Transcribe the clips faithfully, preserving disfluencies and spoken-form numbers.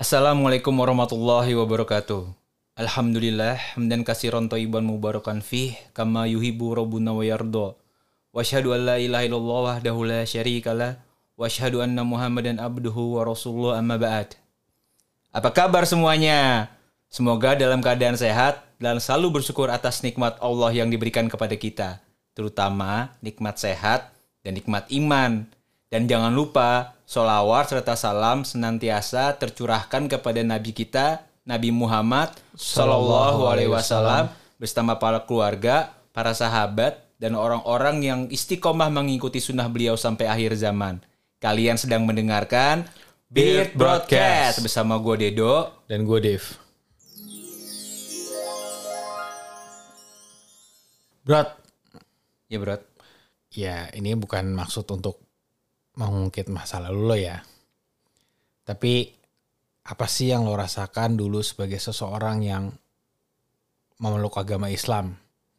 Assalamualaikum warahmatullahi wabarakatuh. Alhamdulillah, hamdan katsiran thayyiban mubarakan fih, kama yuhibbu rabbuna wa yarda. Wa asyhadu an la ilaha illallah wahdahu la syarikalah, wa asyhadu anna Muhammadan abduhu wa rasuluhu amma ba'd. Apa kabar semuanya? Semoga dalam keadaan sehat dan selalu bersyukur atas nikmat Allah yang diberikan kepada kita, terutama nikmat sehat dan nikmat iman. Dan jangan lupa, sholawat serta salam senantiasa tercurahkan kepada Nabi kita, Nabi Muhammad Sallallahu Alaihi Wasallam, bersama para keluarga, para sahabat, dan orang-orang yang istiqomah mengikuti sunnah beliau sampai akhir zaman. Kalian sedang mendengarkan Beard Broadcast bersama gue Dedo dan gue Dev. Brad. Ya Brad. Ya ini bukan maksud untuk mengungkit masa lalu lo ya. Tapi apa sih yang lo rasakan dulu sebagai seseorang yang memeluk agama Islam?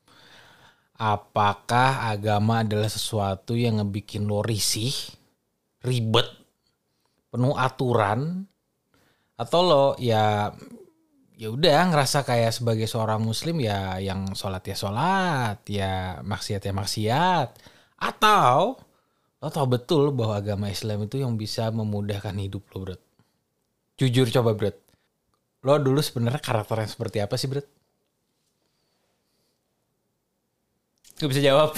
Apakah agama adalah sesuatu yang ngebikin lo risih, ribet, penuh aturan, atau lo ya ya udah ngerasa kayak sebagai seorang muslim ya yang sholat ya sholat, ya maksiat ya maksiat, atau lo tau betul bahwa agama Islam itu yang bisa memudahkan hidup lo, Bro? Jujur coba, Bro. Lo dulu sebenarnya karakternya seperti apa sih, Bro? Gak bisa jawab.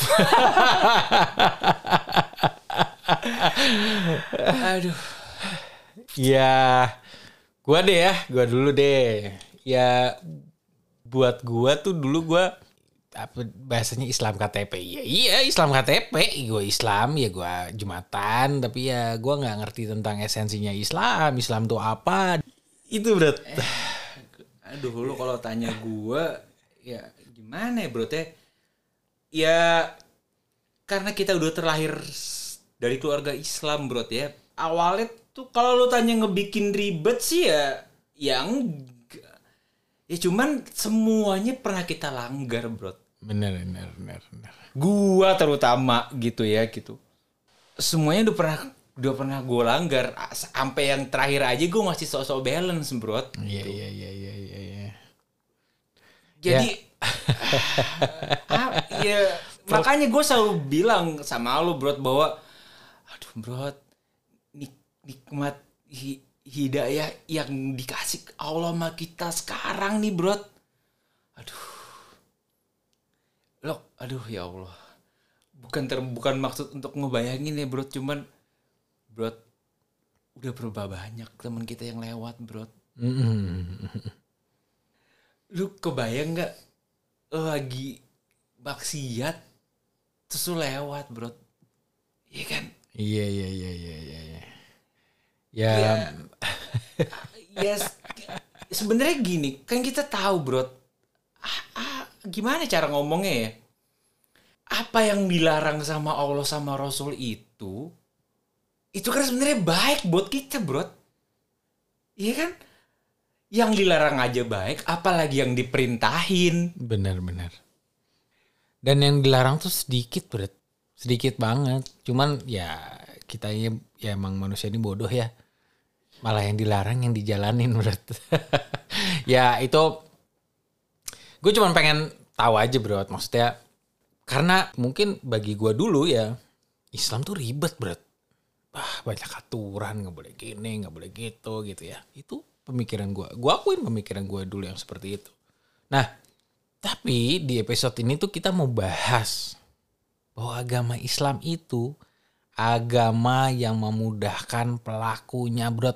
Aduh. Ya, gua deh ya, gua dulu deh. Ya, buat gua tuh dulu gua apa bahasanya Islam K T P. Ya iya Islam K T P, gue Islam ya gue Jumatan, tapi ya gue nggak ngerti tentang esensinya Islam. Islam tuh apa? Itu Bro. Eh, aduh lu kalau tanya gue ya gimana ya Bro teh? Ya karena kita udah terlahir dari keluarga Islam Bro ya. Awalnya tuh kalau lu tanya ngebikin ribet sih ya yang ya cuman semuanya pernah kita langgar Bro. Bener, bener, bener, bener. Gua terutama gitu ya gitu. Semuanya udah pernah udah pernah gue langgar. Sampai yang terakhir aja gue masih sok-sok balance, Bro. Iya, iya, iya, iya, iya, iya. Jadi ah, ya makanya gue selalu bilang sama lu, Bro, bahwa aduh, Bro, nik- nikmat hi- hidayah yang dikasih Allah sama kita sekarang nih, Bro. Aduh. Loh, aduh ya Allah. Bukan ter, bukan maksud untuk ngebayangin ya, Bro, cuman Bro udah berubah banyak teman kita yang lewat, Bro. Mm-hmm. Lu kebayang enggak lagi maksiat terus lu lewat, Bro? Iya kan? Iya, iya, iya, iya, iya. Ya. Ya, yes, sebenarnya gini, kan kita tahu, Bro. Ah, ah, gimana cara ngomongnya ya? Apa yang dilarang sama Allah sama Rasul itu, itu kan sebenarnya baik buat kita, Bro. Iya kan? Yang dilarang aja baik, apalagi yang diperintahin. Benar-benar. Dan yang dilarang tuh sedikit, Bro. Sedikit banget. Cuman ya kita ya, ya emang manusia ini bodoh ya. Malah yang dilarang yang dijalanin, Bro. Ya itu gue cuma pengen tahu aja, Bro. Maksudnya karena mungkin bagi gue dulu ya Islam tuh ribet, Bro. Ah, banyak aturan, gak boleh gini, gak boleh gitu gitu ya. Itu pemikiran gue. Gue akuin pemikiran gue dulu yang seperti itu. Nah, tapi di episode ini tuh kita mau bahas bahwa agama Islam itu agama yang memudahkan pelakunya, Bro.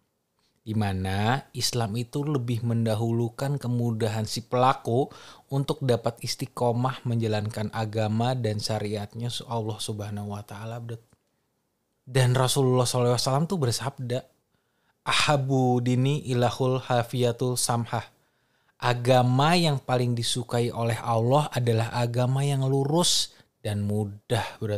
Dimana Islam itu lebih mendahulukan kemudahan si pelaku untuk dapat istiqomah menjalankan agama dan syariatnya Allah Subhanahu wa taala, Bro. Dan Rasulullah shallallahu alaihi wasallam tuh bersabda, ahabu dini ilahul hafiyatul samhah. Agama yang paling disukai oleh Allah adalah agama yang lurus dan mudah, Bro.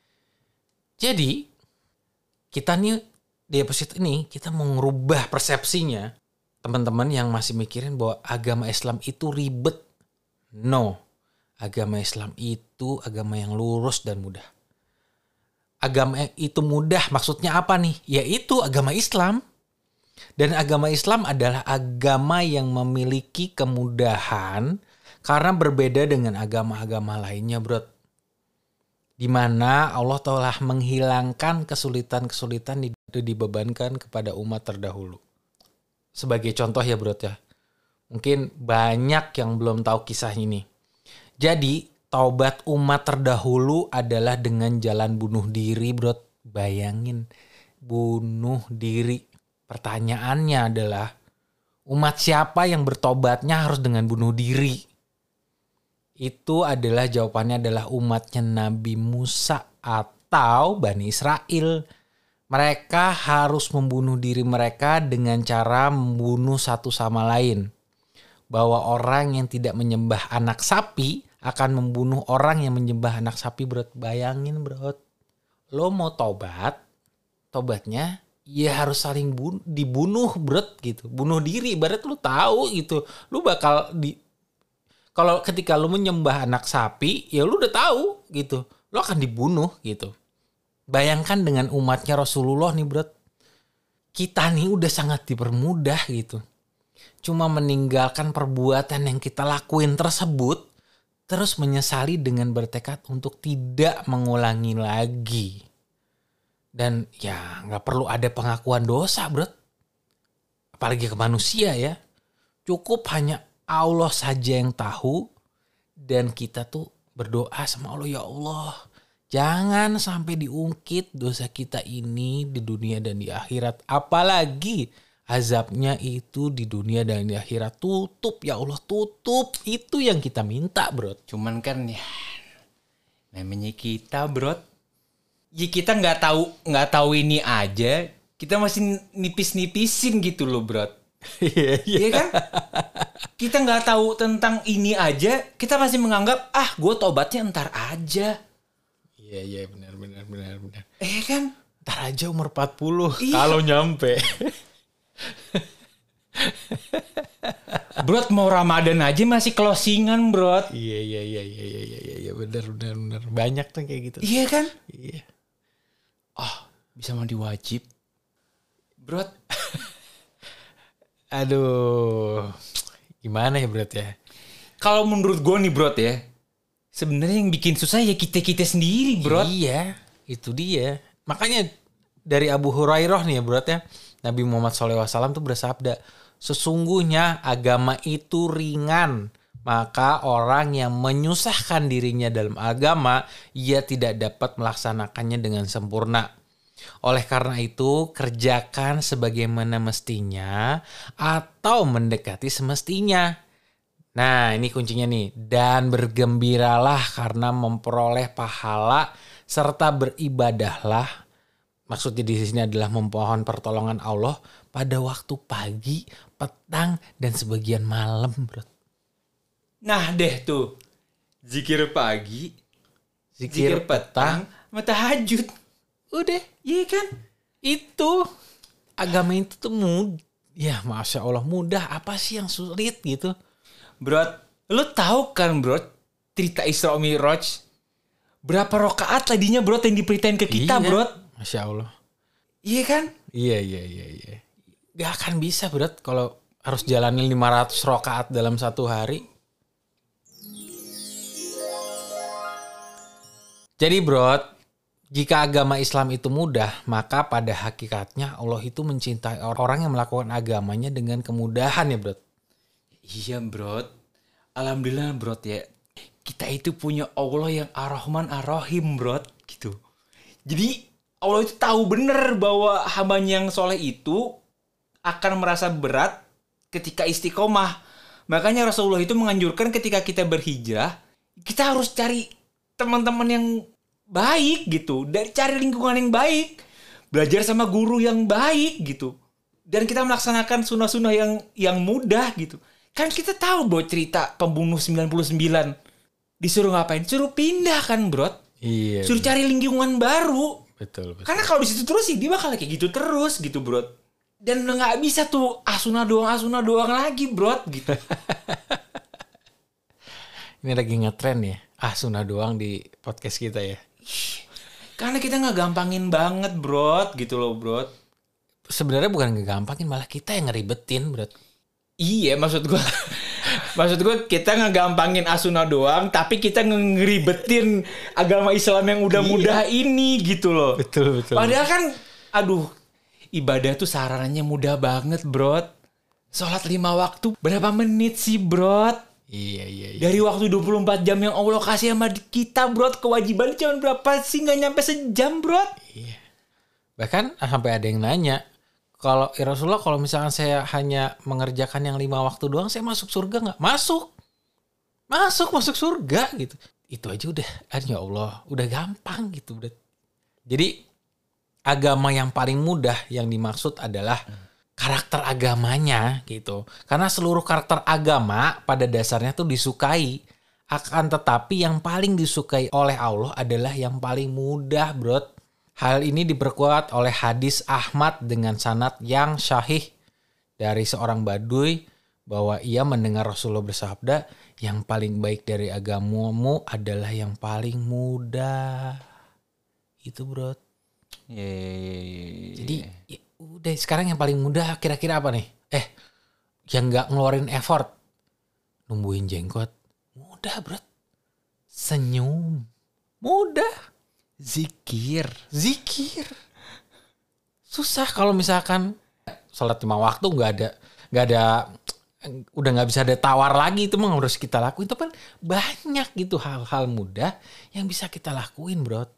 Jadi kita nih di episode ini kita mau ngerubah persepsinya teman-teman yang masih mikirin bahwa agama Islam itu ribet. No, agama Islam itu agama yang lurus dan mudah. Agama itu mudah maksudnya apa nih? Yaitu agama Islam. Dan agama Islam adalah agama yang memiliki kemudahan karena berbeda dengan agama-agama lainnya, bro. Di mana Allah telah menghilangkan kesulitan-kesulitan yang dibebankan kepada umat terdahulu. Sebagai contoh ya, bro ya. Mungkin banyak yang belum tahu kisah ini. Jadi, taubat umat terdahulu adalah dengan jalan bunuh diri, bro. Bayangin, bunuh diri. Pertanyaannya adalah, umat siapa yang bertobatnya harus dengan bunuh diri? Itu adalah jawabannya adalah umatnya Nabi Musa atau Bani Israel. Mereka harus membunuh diri mereka dengan cara membunuh satu sama lain. Bahwa orang yang tidak menyembah anak sapi akan membunuh orang yang menyembah anak sapi, bro. Bayangin, bro. Lo mau tobat, tobatnya ya harus saling bun- dibunuh, bro, gitu. Bunuh diri, ibarat lo tahu gitu. Lo bakal di Kalau ketika lu menyembah anak sapi, ya lu udah tahu gitu. Lu akan dibunuh gitu. Bayangkan dengan umatnya Rasulullah nih, bro. Kita nih udah sangat dipermudah gitu. Cuma meninggalkan perbuatan yang kita lakuin tersebut, terus menyesali dengan bertekad untuk tidak mengulangi lagi. Dan ya gak perlu ada pengakuan dosa, bro. Apalagi ke manusia ya. Cukup hanya Allah saja yang tahu, dan kita tuh berdoa sama Allah, ya Allah, jangan sampai diungkit dosa kita ini di dunia dan di akhirat. Apalagi azabnya itu di dunia dan di akhirat. Tutup ya Allah, tutup. Itu yang kita minta, bro. Cuman kan ya namanya kita, bro. Ya kita nggak tahu nggak tahu ini aja, kita masih nipis-nipisin gitu loh, bro. Iya, iya kan? Kita nggak tahu tentang ini aja, kita masih menganggap ah gue tobatnya ntar aja. Iya iya benar benar benar benar. Eh kan? Ntar aja umur empat puluh iya. Kalau nyampe. Bro, mau Ramadan aja masih closingan, bro. Iya iya iya iya iya iya iya benar benar benar. Banyak tuh kayak gitu. Iya kan? Iya. Oh, bisa mandi wajib. Bro. Aduh. Gimana ya, bro ya? Kalau menurut gue nih, bro ya, sebenarnya yang bikin susah ya kita-kita sendiri, bro. Iya, itu dia. Makanya dari Abu Hurairah nih ya, bro ya, Nabi Muhammad shallallahu alaihi wasallam tuh bersabda, sesungguhnya agama itu ringan, maka orang yang menyusahkan dirinya dalam agama, ia tidak dapat melaksanakannya dengan sempurna. Oleh karena itu, kerjakan sebagaimana mestinya atau mendekati semestinya. Nah, ini kuncinya nih. Dan bergembiralah karena memperoleh pahala serta beribadahlah. Maksudnya di sini adalah memohon pertolongan Allah pada waktu pagi, petang, dan sebagian malam, bro. Nah deh tuh. Zikir pagi, Zikir, zikir petang, sama tahajud. Udah, iya kan? itu agama itu tuh mudah. Ya, masya Allah, mudah. Apa sih yang sulit gitu? Bro, lu tahu kan, bro, cerita Isra Mi'raj? Berapa rakaat tadinya, bro, yang diperitain ke kita, Iya, bro? masya Allah. Iya kan? Iya, iya, iya, iya. Gak akan bisa, bro, kalau harus jalanin lima ratus rakaat dalam satu hari. Jadi, bro, jika agama Islam itu mudah, maka pada hakikatnya Allah itu mencintai orang yang melakukan agamanya dengan kemudahan ya, bro. Iya, bro. Alhamdulillah, bro ya. Kita itu punya Allah yang Ar-Rahman Ar-Rahim, bro, gitu. Jadi Allah itu tahu bener bahwa hambanya yang soleh itu akan merasa berat ketika istiqomah. Makanya Rasulullah itu menganjurkan ketika kita berhijrah, kita harus cari teman-teman yang baik gitu, dari cari lingkungan yang baik, belajar sama guru yang baik gitu, dan kita melaksanakan sunnah-sunnah yang yang mudah gitu. Kan kita tahu, bro, cerita pembunuh sembilan puluh sembilan disuruh ngapain? Suruh pindah kan, bro. Iya. Suruh betul. cari lingkungan baru. Betul, betul. Karena kalau di situ terus sih dia bakal kayak gitu terus gitu, bro. Dan udah nggak bisa tuh asuna doang asuna doang lagi, bro, gitu. Ini lagi ngetren ya, asuna doang di podcast kita ya. Karena kita nggak gampangin banget, bro, gitu loh, bro. sebenarnya bukan ngegampangin, malah kita yang ngeribetin, bro. Iya, maksud gua maksud gua kita ngegampangin asuna doang, tapi kita ngeribetin agama Islam yang udah Iya. mudah ini gitu loh. Betul, betul. Padahal kan aduh, ibadah tuh sarannya mudah banget, bro. Sholat lima waktu berapa menit sih, bro? Iya, iya, iya. Dari waktu dua puluh empat jam yang Allah kasih sama kita, bro, kewajiban cuma berapa sih? Nggak nyampe sejam, bro. Iya. Bahkan sampai ada yang nanya, kalau ya Rasulullah, kalau misalkan saya hanya mengerjakan yang lima waktu doang, saya masuk surga nggak? Masuk, masuk, masuk surga gitu. Itu aja udah, ya Allah, udah gampang gitu. Udah. Jadi agama yang paling mudah yang dimaksud adalah karakter agamanya gitu. Karena seluruh karakter agama pada dasarnya tuh disukai. Akan tetapi yang paling disukai oleh Allah adalah yang paling mudah, bro. Hal ini diperkuat oleh hadis Ahmad dengan sanad yang sahih dari seorang Baduy bahwa ia mendengar Rasulullah bersabda, yang paling baik dari agamamu adalah yang paling mudah. Itu, bro. Yeah. Jadi ya udah, sekarang yang paling mudah kira-kira apa nih? Eh, yang nggak ngeluarin effort, numbuhin jenggot, mudah, bro. Senyum, mudah. Zikir. Zikir. Susah kalau misalkan sholat lima waktu nggak ada, nggak ada, udah nggak bisa ada tawar lagi, itu mah harus kita lakuin. Itu kan banyak gitu hal-hal mudah yang bisa kita lakuin, bro.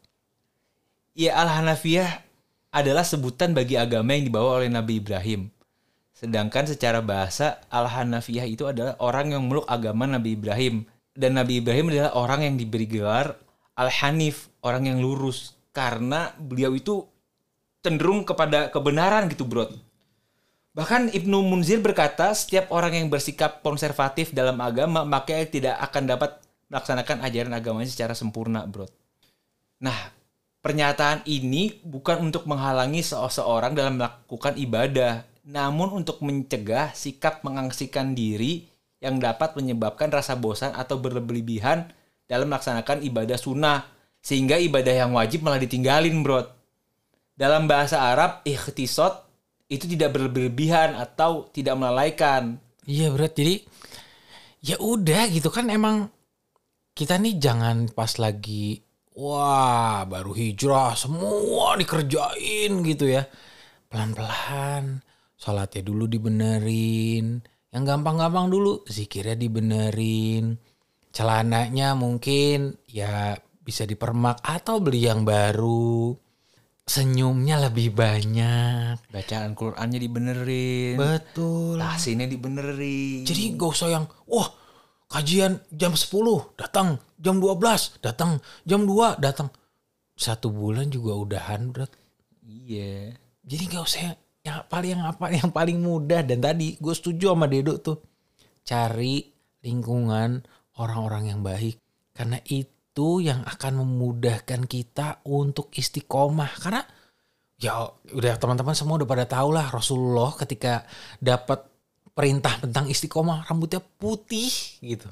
Ya, Al-Hanafiyah adalah sebutan bagi agama yang dibawa oleh Nabi Ibrahim. Sedangkan secara bahasa, Al-Hanafiyah itu adalah orang yang meluk agama Nabi Ibrahim. Dan Nabi Ibrahim adalah orang yang diberi gelar Al-Hanif, orang yang lurus. Karena beliau itu cenderung kepada kebenaran gitu, bro. Bahkan Ibnu Munzir berkata, setiap orang yang bersikap konservatif dalam agama, maka tidak akan dapat melaksanakan ajaran agamanya secara sempurna, bro. Nah, pernyataan ini bukan untuk menghalangi seseorang dalam melakukan ibadah, namun untuk mencegah sikap mengangsihkan diri yang dapat menyebabkan rasa bosan atau berlebihan dalam melaksanakan ibadah sunnah, sehingga ibadah yang wajib malah ditinggalin, bro. Dalam bahasa Arab, ikhtisot itu tidak berlebihan atau tidak melalaikan. Iya, bro. Jadi ya udah gitu kan, emang kita nih jangan pas lagi wah baru hijrah semua dikerjain gitu ya. Pelan-pelan, sholatnya dulu dibenerin, yang gampang-gampang dulu zikirnya dibenerin, celananya mungkin ya bisa dipermak atau beli yang baru, senyumnya lebih banyak, Bacaan Qur'annya dibenerin, betul, tahsinnya dibenerin. jadi gak usah yang wah kajian jam sepuluh datang, jam dua belas datang, jam dua datang, satu bulan juga udahan, bro. Iya. Jadi gak usah yang, yang paling yang apa yang paling mudah. Dan tadi gue setuju sama Dedo tuh, cari lingkungan orang-orang yang baik, karena itu yang akan memudahkan kita untuk istiqomah. Karena ya udah teman-teman semua udah pada tahu lah, Rasulullah ketika dapat perintah tentang istiqomah rambutnya putih gitu.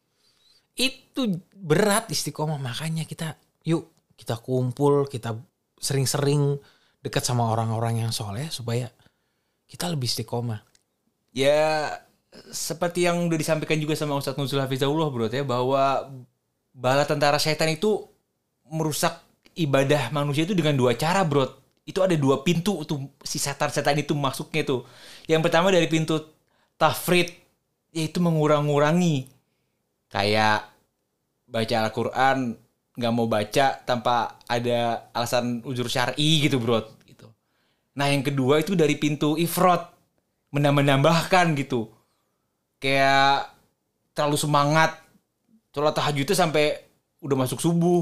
Itu berat istiqomah, makanya kita yuk kita kumpul, kita sering-sering dekat sama orang-orang yang soleh supaya kita lebih istiqomah. Ya seperti yang udah disampaikan juga sama Ustadz Nuzul Hafizahullah, bro, ya, bahwa bala tentara setan itu merusak ibadah manusia itu dengan dua cara, bro. Itu ada dua pintu tuh si setan-setan itu masuknya tuh. Yang pertama dari pintu tafrid, yaitu mengurang-ngurangi. Kayak baca Al-Quran nggak mau baca tanpa ada alasan uzur syar'i gitu, bro. Gitu. Nah yang kedua itu dari pintu ifrot, menambah-nambahkan gitu. Kayak terlalu semangat sholat tahajudnya sampai udah masuk subuh.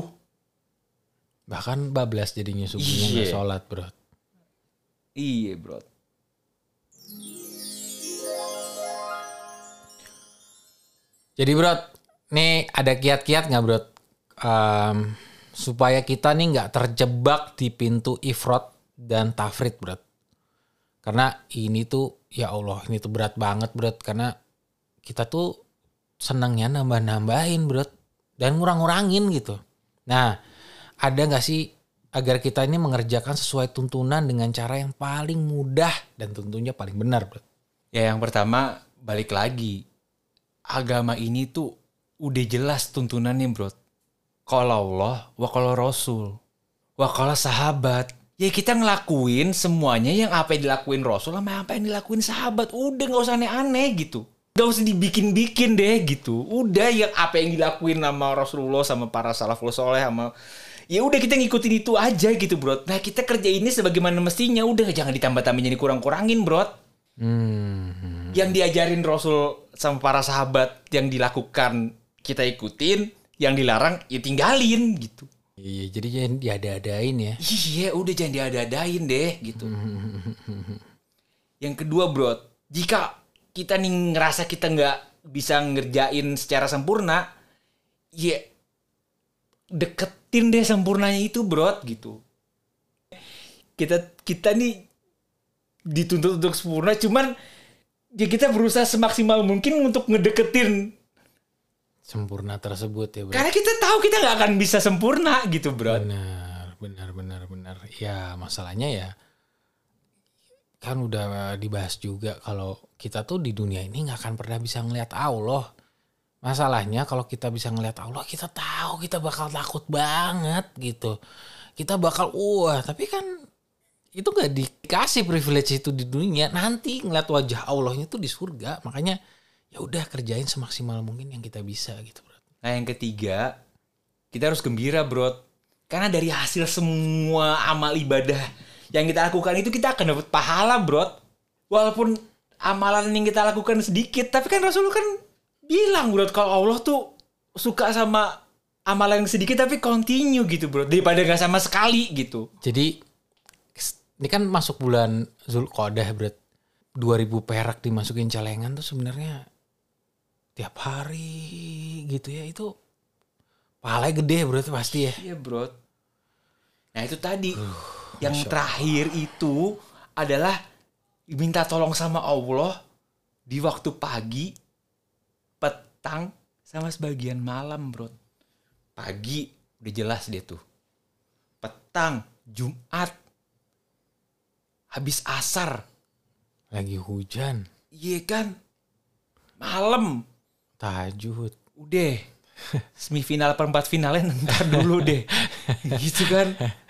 Bahkan bablas jadinya subuhnya nggak Iya. sholat, bro. Iya, bro. Jadi bro, nih ada kiat-kiat nggak bro, um, supaya kita nih nggak terjebak di pintu ifrot dan tafrid, bro? Karena ini tuh ya Allah, ini tuh berat banget, bro. Karena kita tuh senangnya nambah-nambahin, bro, dan ngurang-ngurangin gitu. Nah, ada nggak sih agar kita ini mengerjakan sesuai tuntunan dengan cara yang paling mudah dan tentunya paling benar, bro. Ya yang pertama balik lagi. Agama ini tuh udah jelas tuntunannya, bro. Qala Allah wa qala Rasul wa qala sahabat. Ya kita ngelakuin semuanya yang apa yang dilakuin Rasul sama apa yang dilakuin sahabat. Udah gak usah aneh-aneh gitu. Gak usah dibikin-bikin deh gitu. Udah yang apa yang dilakuin sama Rasulullah sama para salafus soleh sama... Ya udah kita ngikutin itu aja gitu, bro. Nah kita kerja ini sebagaimana mestinya. Udah jangan ditambah-tambahin jadi kurang-kurangin, bro. Hmm. Yang diajarin Rasul sama para sahabat yang dilakukan kita ikutin. Yang dilarang ya tinggalin gitu. Iya, jadi jangan diada-adain ya. Iya, udah jangan diada-adain deh gitu. Yang kedua, bro, jika kita nih ngerasa kita nggak bisa ngerjain secara sempurna, ya deketin deh sempurnanya itu, bro, gitu. Kita kita nih dituntut untuk sempurna, cuman ya kita berusaha semaksimal mungkin untuk ngedeketin sempurna tersebut ya, bro. Karena kita tahu kita nggak akan bisa sempurna gitu, bro. Benar, benar, benar, benar. Ya masalahnya ya kan udah dibahas juga kalau kita tuh di dunia ini nggak akan pernah bisa ngelihat Allah. Masalahnya kalau kita bisa ngelihat Allah, kita tahu kita bakal takut banget gitu. Kita bakal wah, tapi kan itu nggak dikasih privilege itu di dunia. Nanti ngeliat wajah Allahnya tuh di surga. Makanya ya udah kerjain semaksimal mungkin yang kita bisa gitu, bro. Nah yang ketiga, kita harus gembira, bro. Karena dari hasil semua amal ibadah yang kita lakukan itu kita akan dapat pahala, bro. Walaupun amalan yang kita lakukan sedikit, tapi kan Rasul kan bilang, bro, kalau Allah tuh suka sama amalan yang sedikit tapi continue gitu, bro. Daripada gak sama sekali gitu. Jadi ini kan masuk bulan Zulqa'dah, bro. dua ribu perak dimasukin celengan tuh sebenarnya tiap hari gitu ya, itu pahalanya gede, bro, pasti ya. Iya, bro. Nah itu tadi uh, yang terakhir itu adalah minta tolong sama Allah di waktu pagi, petang, sama sebagian malam, bro. Pagi udah jelas deh tuh. Petang Jumat habis asar lagi hujan. Iya kan. Malam tahajud. Udah semifinal perempat finalnya ntar dulu deh. Gitu kan.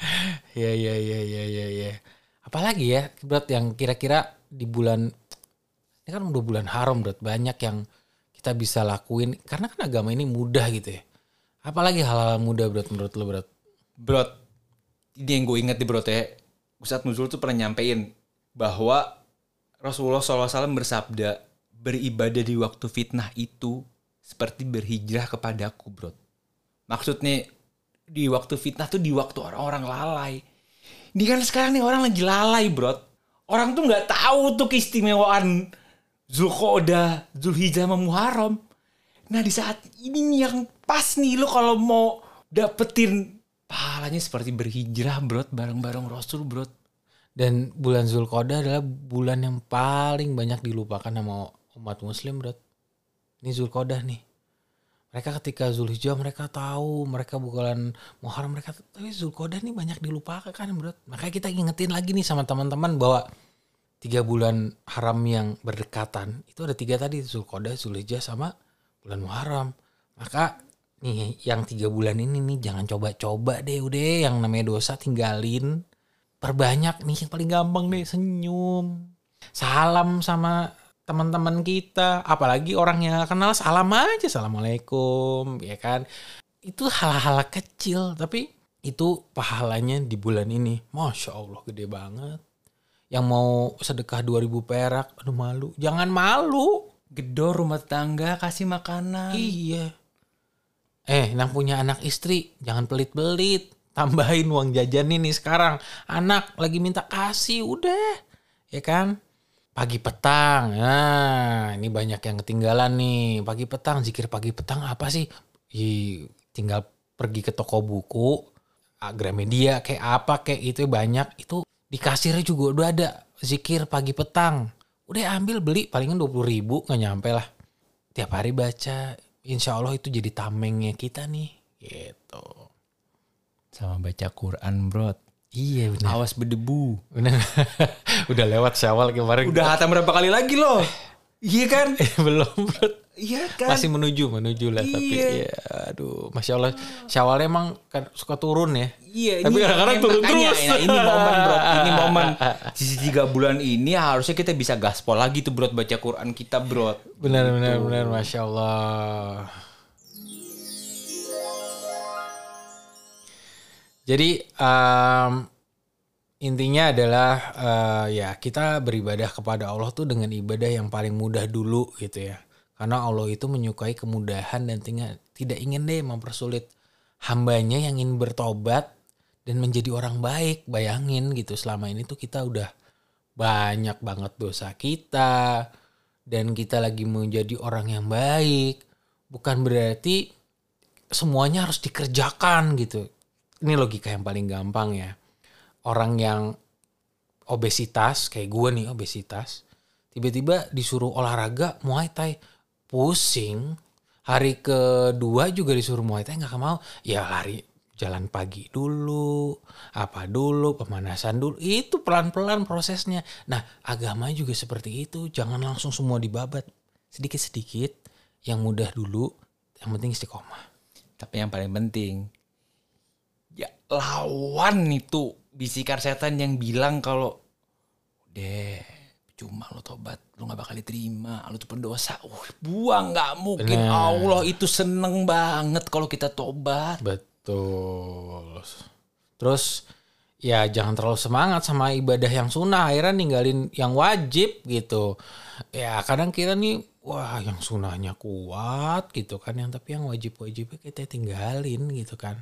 Ya ya ya ya ya ya. Apalagi ya, bro, yang kira-kira di bulan ini kan udah bulan haram, bro. Banyak yang kita bisa lakuin karena kan agama ini mudah gitu ya. Apalagi hal-hal mudah, bro, menurut lo, bro? Bro, ini yang gue inget di bro ya. Ustadz Nuzul tuh pernah nyampein bahwa Rasulullah shallallahu alaihi wasallam bersabda, beribadah di waktu fitnah itu seperti berhijrah kepadaku, bro. Maksudnya di waktu fitnah tuh di waktu orang-orang lalai. Ini kan sekarang nih orang lagi lalai, bro. Orang tuh nggak tahu tuh keistimewaan Zulqa'dah, Zulhijjah sama Muharram. Nah di saat ini nih yang pas nih lo kalau mau dapetin pahalanya seperti berhijrah, bro, bareng-bareng Rasul, bro. Dan bulan Zulqa'dah adalah bulan yang paling banyak dilupakan sama umat muslim, bro. Ini Zulqa'dah nih. Mereka ketika Zulhijjah mereka tahu, mereka bukan Muharram mereka, tapi Zulqa'dah nih banyak dilupakan, bro. Makanya kita ingetin lagi nih sama teman-teman bahwa tiga bulan haram yang berdekatan itu ada tiga tadi, Zulqa'dah, Zulhijjah sama bulan Muharram. Maka nih yang tiga bulan ini nih jangan coba-coba deh, udah yang namanya dosa tinggalin. Perbanyak nih yang paling gampang deh, senyum, salam sama teman-teman kita, apalagi orang yang gak kenal, salam aja, assalamualaikum, ya kan. Itu hal-hal kecil tapi itu pahalanya di bulan ini, masya Allah gede banget. Yang mau sedekah dua ribu perak, aduh malu, jangan malu. Gedor rumah tangga, kasih makanan. Iya. Eh, yang punya anak istri jangan pelit-pelit. Tambahin uang jajan ini sekarang. Anak lagi minta kasih, udah. Ya kan? Pagi petang. Nah, ini banyak yang ketinggalan nih. Pagi petang, zikir pagi petang apa sih? Ih, tinggal pergi ke toko buku, Gramedia kayak apa kayak itu banyak. Itu di kasirnya juga udah ada zikir pagi petang. Udah ambil beli palingan dua puluh ribu, gak nyampe lah. Tiap hari baca. Insya Allah itu jadi tamengnya kita nih. Gitu. sama baca Quran, bro. Iya benar. Awas berdebu. Benar. Udah lewat Syawal kemarin. Udah hatam berapa kali lagi loh? Iya kan? Belum bro. Iya kan? Masih menuju, menuju lah. Iya. Tapi ya aduh. Masya Allah. Syawal emang kan suka turun ya. Iya. Tapi kadang-kadang turun makanya, terus. Nah, ini momen bro. Ini momen. Sisi tiga bulan ini harusnya kita bisa gaspol lagi tuh bro. Baca Quran kita bro. Benar, gitu. benar, benar. Masya Allah. Jadi um, intinya adalah uh, ya kita beribadah kepada Allah tuh dengan ibadah yang paling mudah dulu gitu ya. Karena Allah itu menyukai kemudahan dan tinggal, tidak ingin deh mempersulit hambanya yang ingin bertobat dan menjadi orang baik. Bayangin gitu selama ini tuh kita udah banyak banget dosa kita dan kita lagi menjadi orang yang baik. Bukan berarti semuanya harus dikerjakan gitu. Ini logika yang paling gampang ya. Orang yang obesitas, kayak gue nih obesitas, tiba-tiba disuruh olahraga Muay Thai, pusing. Hari kedua juga disuruh Muay Thai gak mau. Ya lari jalan pagi dulu, apa dulu, pemanasan dulu. Itu pelan-pelan prosesnya. Nah agama juga seperti itu. Jangan langsung semua dibabat. Sedikit-sedikit, yang mudah dulu, yang penting istiqomah. Tapi yang paling penting, ya lawan itu bisikan setan yang bilang kalau udah cuma lo tobat lo gak bakal diterima, lo tuh pendosa. Uh, buang, gak mungkin. Bener. Allah itu seneng banget kalau kita tobat. Betul. Terus ya jangan terlalu semangat sama ibadah yang sunnah, akhirnya ninggalin yang wajib gitu. Ya kadang kita nih wah yang sunnahnya kuat gitu kan, yang tapi yang wajib-wajibnya kita tinggalin gitu kan.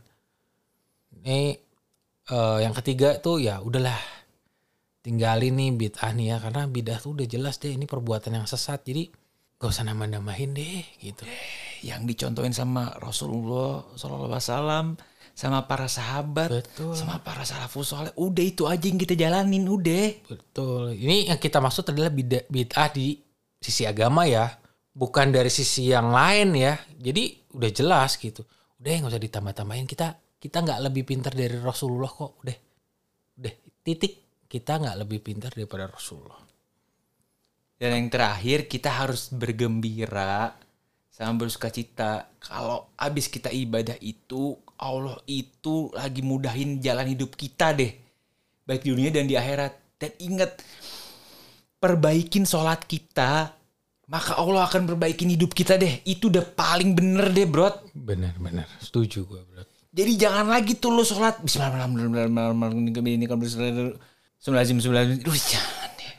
Ini uh, yang ketiga tuh ya udahlah tinggalin nih bid'ah nih ya, karena bid'ah tuh udah jelas deh ini perbuatan yang sesat, jadi gak usah nambah-nambahin deh gitu. Yang dicontohin sama Rasulullah shallallahu alaihi wasallam, sama para sahabat, betul, sama para salafus soleh, udah itu aja yang kita jalanin udah. Betul. Ini yang kita maksud adalah bid'ah, bid'ah di sisi agama ya, bukan dari sisi yang lain ya. Jadi udah jelas gitu. Udah gak usah ditambah-tambahin, kita Kita gak lebih pintar dari Rasulullah kok. Udah. Udah. Titik. Kita gak lebih pintar daripada Rasulullah. Dan yang terakhir, kita harus bergembira sama bersuka cita. Kalau abis kita ibadah itu, Allah itu lagi mudahin jalan hidup kita deh. Baik di dunia dan di akhirat. Dan ingat, perbaikin sholat kita, maka Allah akan perbaikin hidup kita deh. Itu udah paling bener deh bro. Bener-bener. Setuju gue bro. Jadi jangan lagi tuh lo sholat Bismillahirrahmanirrahim, Lu jangan deh.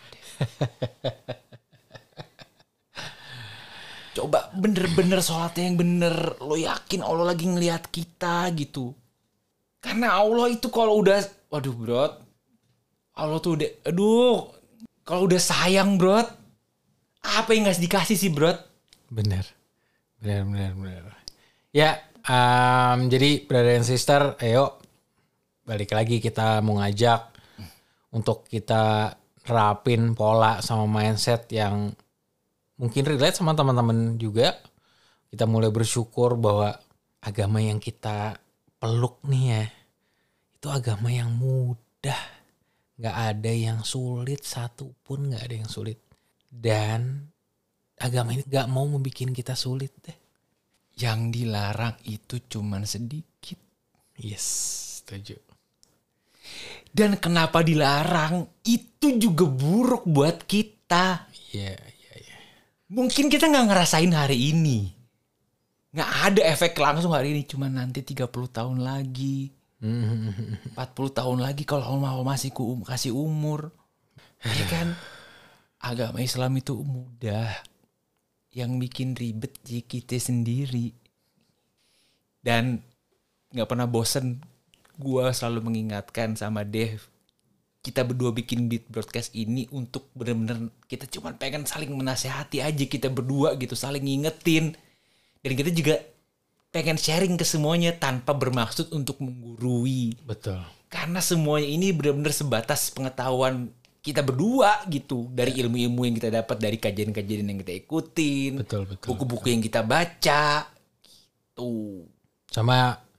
Coba bener-bener sholatnya yang bener. Lo yakin Allah lagi ngelihat kita gitu. Karena Allah itu kalau udah, waduh bro, Allah tuh udah, aduh, kalau udah sayang bro, apa yang gak dikasih sih bro? Bener, bener, bener, bener. Ya. Um, jadi brother and sister, ayo balik lagi kita mau ngajak untuk kita terapin pola sama mindset yang mungkin relate sama teman-teman juga. Kita mulai bersyukur bahwa agama yang kita peluk nih ya, itu agama yang mudah, nggak ada yang sulit, satu pun nggak ada yang sulit. Dan agama ini nggak mau membuat kita sulit deh. Yang dilarang itu cuman sedikit. Yes, setuju. Dan kenapa dilarang itu juga buruk buat kita. Iya, yeah, iya, yeah, iya. Yeah. Mungkin kita gak ngerasain hari ini. Gak ada efek langsung hari ini. Cuma nanti tiga puluh tahun lagi. empat puluh tahun lagi kalau Allah masih kasih umur. Ya kan? Agama Islam itu mudah. Yang bikin ribet ya kita sendiri. Dan gak pernah bosen, gue selalu mengingatkan sama Dev, kita berdua bikin beat broadcast ini untuk bener-bener kita cuma pengen saling menasehati aja kita berdua gitu, saling ngingetin. Dan kita juga pengen sharing ke semuanya tanpa bermaksud untuk menggurui. Betul. Karena semuanya ini benar-benar sebatas pengetahuan kita berdua gitu, dari ya. Ilmu-ilmu yang kita dapat dari kajian-kajian yang kita ikutin, betul, betul, buku-buku betul. yang kita baca gitu. Sama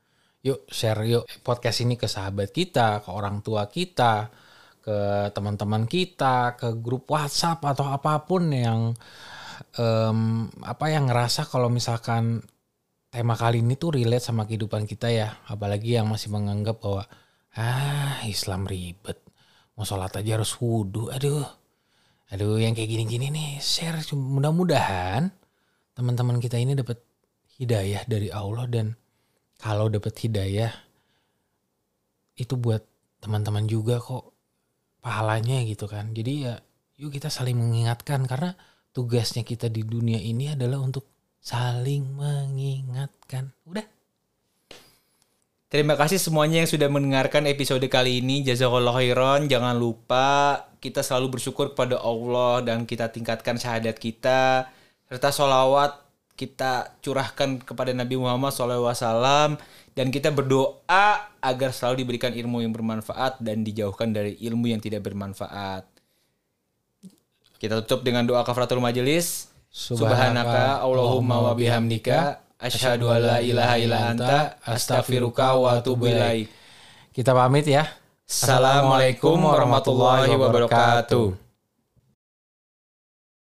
Yuk share yuk podcast ini ke sahabat kita, ke orang tua kita, ke teman-teman kita, ke grup WhatsApp atau apapun yang um, apa yang ngerasa kalau misalkan tema kali ini tuh relate sama kehidupan kita ya. Apalagi yang masih menganggap bahwa ah Islam ribet, mau sholat aja harus wudhu, aduh. Aduh yang kayak gini-gini nih share, mudah-mudahan teman-teman kita ini dapat hidayah dari Allah. Dan kalau dapat hidayah itu buat teman-teman juga kok pahalanya gitu kan. Jadi ya yuk kita saling mengingatkan, karena tugasnya kita di dunia ini adalah untuk saling mengingatkan. Udah. Terima kasih semuanya yang sudah mendengarkan episode kali ini. Jazakallahu khairan. Jangan lupa kita selalu bersyukur kepada Allah dan kita tingkatkan syahadat kita. Serta sholawat kita curahkan kepada Nabi Muhammad shallallahu alaihi wasallam. Dan kita berdoa agar selalu diberikan ilmu yang bermanfaat dan dijauhkan dari ilmu yang tidak bermanfaat. Kita tutup dengan doa kafaratul majelis. Subhanaka Allahumma wa bihamdika asyhadu an la ilaha illa anta astaghfiruka wa atubu ilaik. Kita pamit ya. Assalamualaikum warahmatullahi wabarakatuh.